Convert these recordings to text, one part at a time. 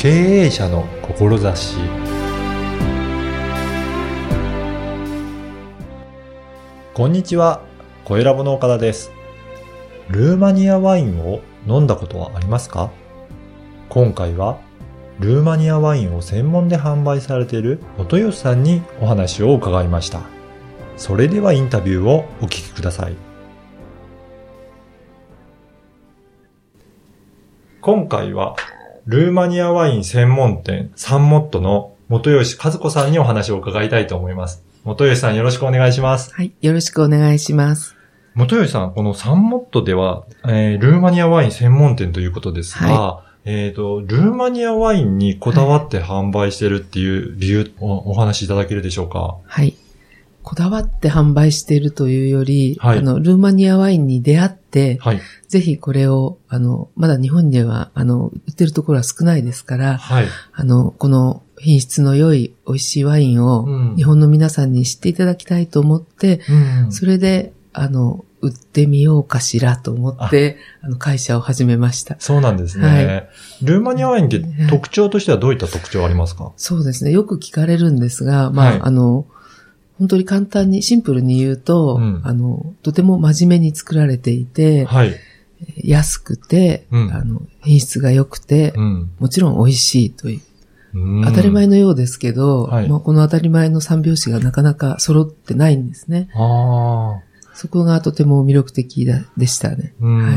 経営者の志。こんにちは、声ラボの岡田です。ルーマニアワインを飲んだことはありますか？今回はルーマニアワインを専門で販売されている元吉さんにお話を伺いました。それではインタビューをお聞きください。今回はルーマニアワイン専門店サンモットの元吉和子さんにお話を伺いたいと思います。元吉さん、よろしくお願いします。 はい、よろしくお願いします。 元吉さん、このサンモットでは、ルーマニアワイン専門店ということですが、はい、ルーマニアワインにこだわって販売してるっていう理由をお話しいただけるでしょうか？はい。 こだわって販売しているというより、はい、ルーマニアワインに出会って、はい、ぜひこれを、まだ日本では、売ってるところは少ないですから、はい、この品質の良い美味しいワインを日本の皆さんに知っていただきたいと思って、それで、売ってみようかしらと思って、会社を始めました。 そうなんですね。はい、ルーマニアワインって特徴としてはどういった特徴ありますか？ そうですね。よく聞かれるんですが、まあ、はい、本当に簡単に、シンプルに言うと、とても真面目に作られていて、はい、安くて、品質が良くて、もちろん美味しいという。当たり前のようですけど、はい、まあ、この当たり前の三拍子がなかなか揃ってないんですね。そこがとても魅力的でしたね。はい。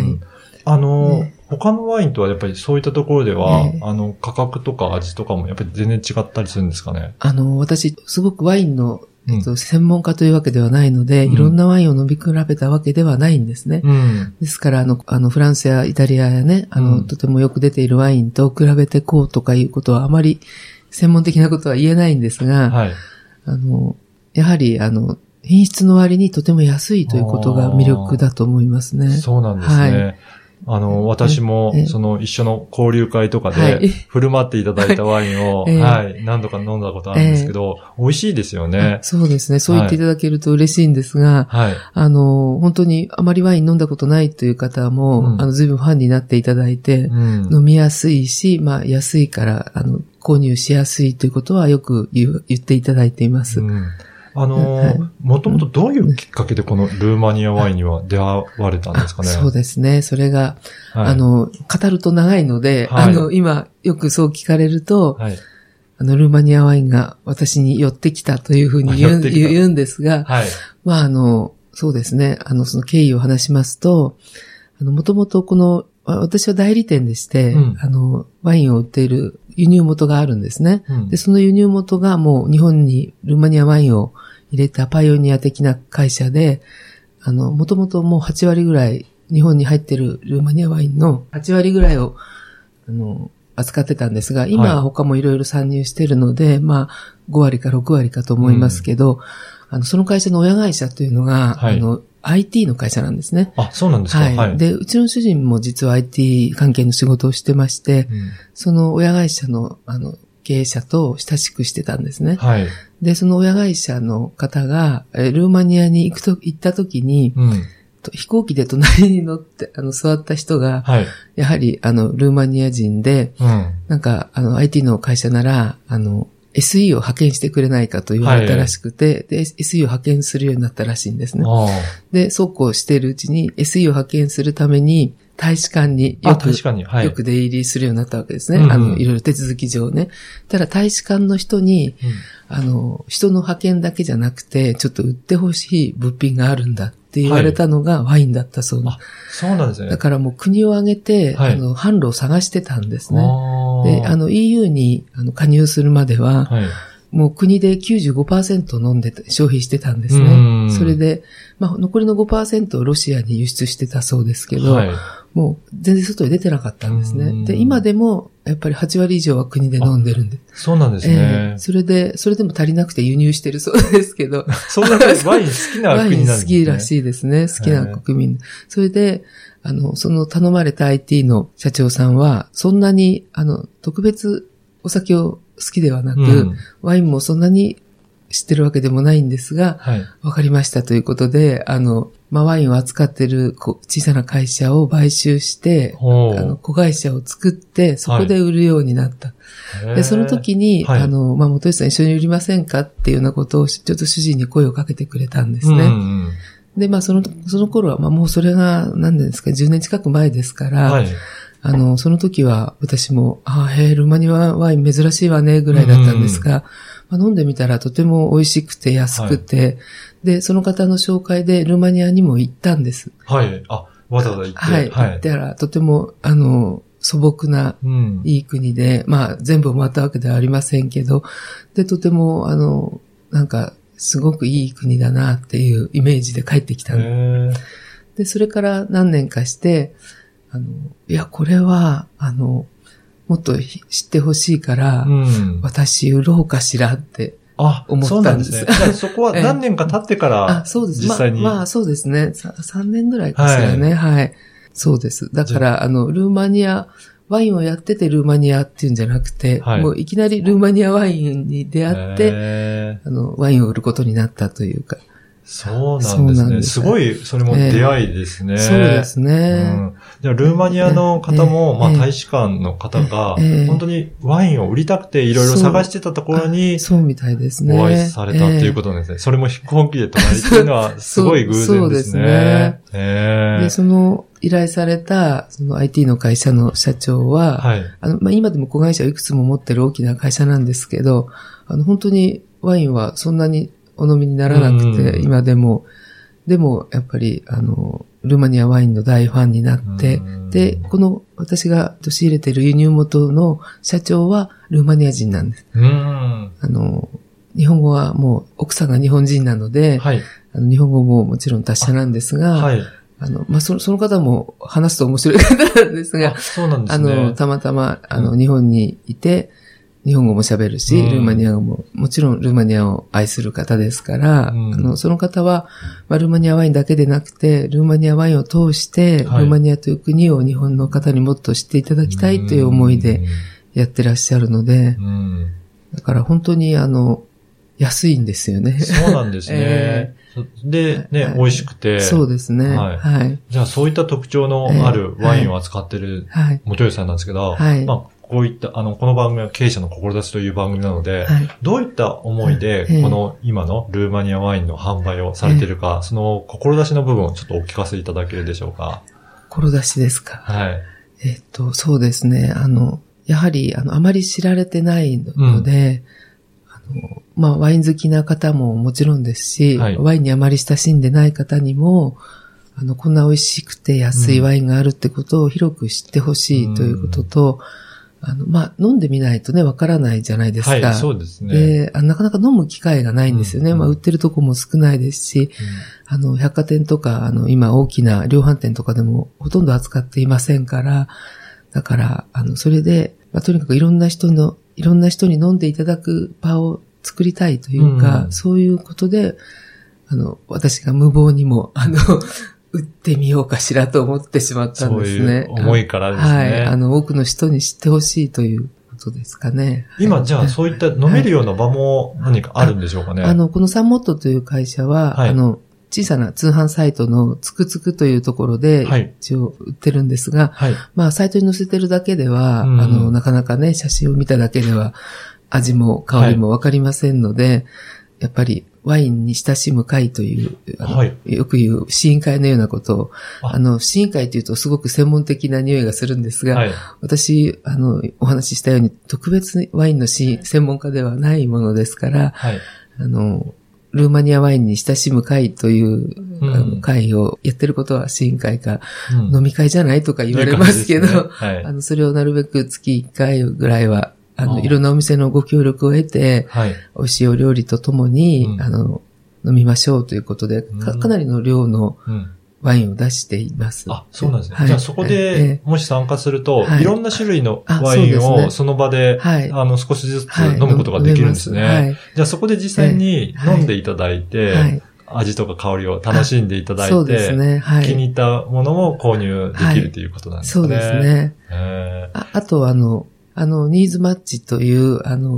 他のワインとはやっぱりそういったところでは、価格とか味とかもやっぱり全然違ったりするんですかね？ 私、すごくワインの専門家というわけではないので、いろんなワインを飲み比べたわけではないんですね。ですから、フランスやイタリアやね、とてもよく出ているワインと比べてこうとかいうことはあまり専門的なことは言えないんですが、はい、やはり、品質の割にとても安いということが魅力だと思いますね。 そうなんですね。はい、私も、一緒の交流会とかで、振る舞っていただいたワインを、はい、何度か飲んだことあるんですけど、美味しいですよね。 そうですね。そう言っていただけると嬉しいんですが、はい、本当にあまりワイン飲んだことないという方も、随分ファンになっていただいて、飲みやすいし、まあ、安いから、購入しやすいということはよく言っていただいています。 もともとどういうきっかけでこのルーマニアワインには出会われたんですかね？ そうですね。それが、はい、語ると長いので、はい、今よくそう聞かれると、はい、ルーマニアワインが私に寄ってきたというふうに言うんですが、はい、まあそうですね。その経緯を話しますと、もともと私は代理店でして、ワインを売っている輸入元があるんですね。で、その輸入元がもう日本にルーマニアワインを入れたパイオニア的な会社で、もともともう8割ぐらい、日本に入ってるルーマニアワインの8割ぐらいを、扱ってたんですが、今は他もいろいろ参入してるので、まあ、5割か6割かと思いますけど、その会社の親会社というのが、IT の会社なんですね。 あ、そうなんですか。 はい。で、うちの主人も実は IT 関係の仕事をしてまして、その親会社の、経営者と親しくしてたんですね。はい。で、その親会社の方が、ルーマニアに行った時に、飛行機で隣に乗って、座った人が、はい、やはり、ルーマニア人で、なんか、IT の会社なら、SE を派遣してくれないかと言われたらしくて、で、SE を派遣するようになったらしいんですね。で、そうこうしているうちに SE を派遣するために、大使館によく出入りするようになったわけですね。いろいろ手続き上ね。ただ大使館の人に、人の派遣だけじゃなくて、ちょっと売ってほしい物品があるんだって言われたのがワインだったそうです。 そうなんですね。 だからもう国を挙げて、販路を探してたんですね。で、EU に加入するまでは、もう国で 95% 飲んで消費してたんですね。それで、まあ残りの 5% をロシアに輸出してたそうですけど、もう全然外に出てなかったんですね。で、今でもやっぱり8割以上は国で飲んでるんで。 そうなんですね。 それでも足りなくて輸入してるそうですけど。 そんなワイン好きな国なんですね。ワイン好きらしいですね。好きな国民。それで、その頼まれた IT の社長さんは、そんなに、特別お酒を好きではなく、ワインもそんなに知ってるわけでもないんですが、わかりましたということで、ワインを扱ってる小さな会社を買収して、子会社を作って、そこで売るようになった。で、その時に、元吉さん一緒に売りませんかっていうようなことを、ちょっと主人に声をかけてくれたんですね。で、その頃は、もうそれが、何年ですか、10年近く前ですから、その時は私も、ルーマニアワイン珍しいわね、ぐらいだったんですが、飲んでみたらとても美味しくて安くて、で、その方の紹介でルーマニアにも行ったんです。 わざわざ行って。 行ったら、とても、素朴な、いい国で、全部回ったわけではありませんけど、で、とても、すごくいい国だなっていうイメージで帰ってきたんです。で、それから何年かして、これは、もっと知ってほしいから、私売ろうかしらって思ったんです。 そうなんですね。そこは何年か経ってから、 そうです。 実際に。 そうですね。3年ぐらいかしらね。そうです。だから、ルーマニア、ワインをやっててルーマニアっていうんじゃなくて、もういきなりルーマニアワインに出会って、ワインを売ることになったというか。 そうなんですね。すごい、それも出会いですね。 そうですね。 ルーマニアの方も、大使館の方が、本当にワインを売りたくていろいろ探してたところに、 そうみたいですね。 お会いされたということなんですね。それも飛行機で泊まりっていうのは、すごい偶然ですね。そうですね。 で、その依頼された、その IT の会社の社長は、今でも子会社をいくつも持ってる大きな会社なんですけど、本当にワインはそんなにお飲みにならなくて、今でも、やっぱり、ルーマニアワインの大ファンになって、で、私が仕入れている輸入元の社長はルーマニア人なんです。日本語はもう奥さんが日本人なので、日本語ももちろん達者なんですが、その方も話すと面白い方なんですが、 そうなんですね。 たまたま、日本にいて、日本語も喋るし、ルーマニア語も、もちろんルーマニアを愛する方ですから、その方は、ルーマニアワインだけでなくて、ルーマニアワインを通して、ルーマニアという国を日本の方にもっと知っていただきたいという思いでやってらっしゃるので、だから本当に安いんですよね。 そうなんですね。で、美味しくて。 そうですね。 じゃあそういった特徴のあるワインを扱ってる元吉さんなんですけど、こういった、この番組は経営者の志という番組なので、どういった思いで、この今のルーマニアワインの販売をされているか、その志の部分をちょっとお聞かせいただけるでしょうか。 志ですか。そうですね。やはり、あまり知られてないので、ワイン好きな方ももちろんですし、ワインにあまり親しんでない方にも、こんな美味しくて安いワインがあるってことを広く知ってほしいということと、飲んでみないとね、わからないじゃないですか。 そうですね。 で、なかなか飲む機会がないんですよね。売ってるとこも少ないですし、百貨店とか、今大きな量販店とかでもほとんど扱っていませんから、だから、それで、とにかくいろんな人に飲んでいただく場を作りたいというか、そういうことで、私が無謀にも、売ってみようかしらと思ってしまったんですね。 そういう思いからですね。 多くの人に知ってほしいということですかね。 今、じゃあそういった飲めるような場も何かあるんでしょうかね。 このサンモットという会社は、小さな通販サイトのつくつくというところで、一応売ってるんですが、サイトに載せてるだけでは、なかなかね、写真を見ただけでは、味も香りもわかりませんので、やっぱりワインに親しむ会という、よく言う試飲会のようなことを、試飲会というとすごく専門的な匂いがするんですが、私、お話ししたように特別ワインの専門家ではないものですから、ルーマニアワインに親しむ会という、会をやってることは試飲会か、飲み会じゃないとか言われますけど、それをなるべく月1回ぐらいは、いろんなお店のご協力を得て、美味しいお料理とともに、飲みましょうということで、かなりの量のワインを出しています。 そうなんですね。じゃあそこで、もし参加すると、いろんな種類のワインをその場で、少しずつ飲むことができるんですね。じゃあそこで実際に飲んでいただいて、味とか香りを楽しんでいただいて、気に入ったものも購入できるということなんですね。 そうですね。あとニーズマッチという、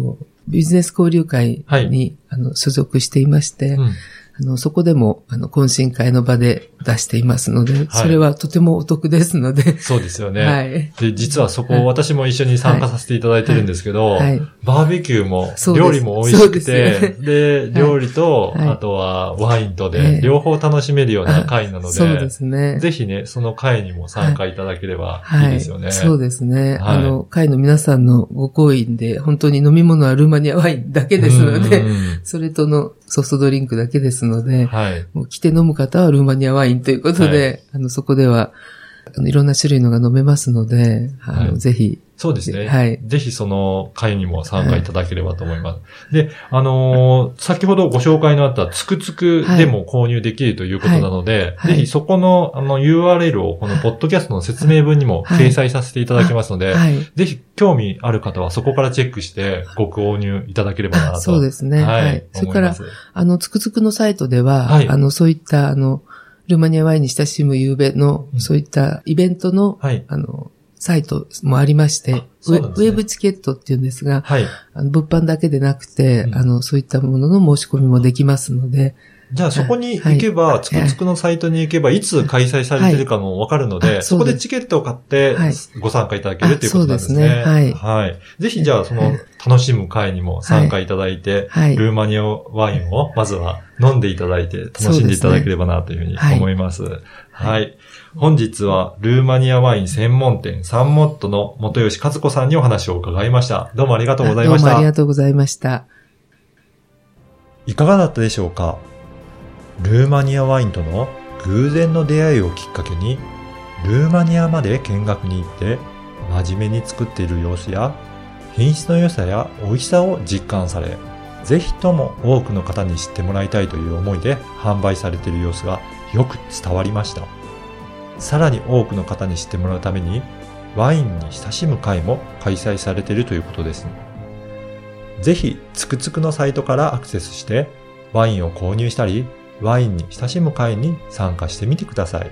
ビジネス交流会に、所属していまして、そこでも、懇親会の場で出していますので、それはとてもお得ですので。 そうですよね。はい。で、実はそこ、私も一緒に参加させていただいてるんですけど、バーベキューも、料理も美味しくて、で、料理と、あとはワインとで、両方楽しめるような会なので、そうですね。ぜひね、その会にも参加いただければいいですよね。 そうですね。会の皆さんのご好意で、本当に飲み物はルーマニアワインだけですので、それとのソフトドリンクだけですので、もう来て飲む方はルーマニアワインということで、そこではいろんな種類のが飲めますので、ぜひ。 そうですね。ぜひその会にも参加いただければと思います。で、先ほどご紹介のあったつくつくでも購入できるということなので、ぜひそこのURL をこのポッドキャストの説明文にも掲載させていただきますので、ぜひ興味ある方はそこからチェックしてご購入いただければなと。 そうですね。はい。それから、つくつくのサイトでは、そういったルーマニアワインに親しむ夕べの、そういったイベントの、サイトもありまして、ウェブチケットっていうんですが、物販だけでなくて、そういったものの申し込みもできますので、 じゃあそこに行けば、つくつくのサイトに行けば、いつ開催されてるかもわかるので、そこでチケットを買ってご参加いただけるということなんですね。そうですね。はい。ぜひじゃあその楽しむ会にも参加いただいて、ルーマニアワインをまずは飲んでいただいて楽しんでいただければなというふうに思います。はい。本日はルーマニアワイン専門店サンモットの本吉和子さんにお話を伺いました。どうもありがとうございました。 どうもありがとうございました。 いかがだったでしょうか？ルーマニアワインとの偶然の出会いをきっかけに、ルーマニアまで見学に行って真面目に作っている様子や品質の良さや美味しさを実感され、ぜひとも多くの方に知ってもらいたいという思いで販売されている様子がよく伝わりました。さらに多くの方に知ってもらうためにワインに親しむ会も開催されているということです。ぜひつくつくのサイトからアクセスしてワインを購入したり、ワインに親しむ会に参加してみてください。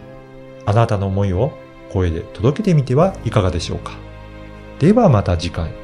あなたの思いを声で届けてみてはいかがでしょうか。ではまた次回。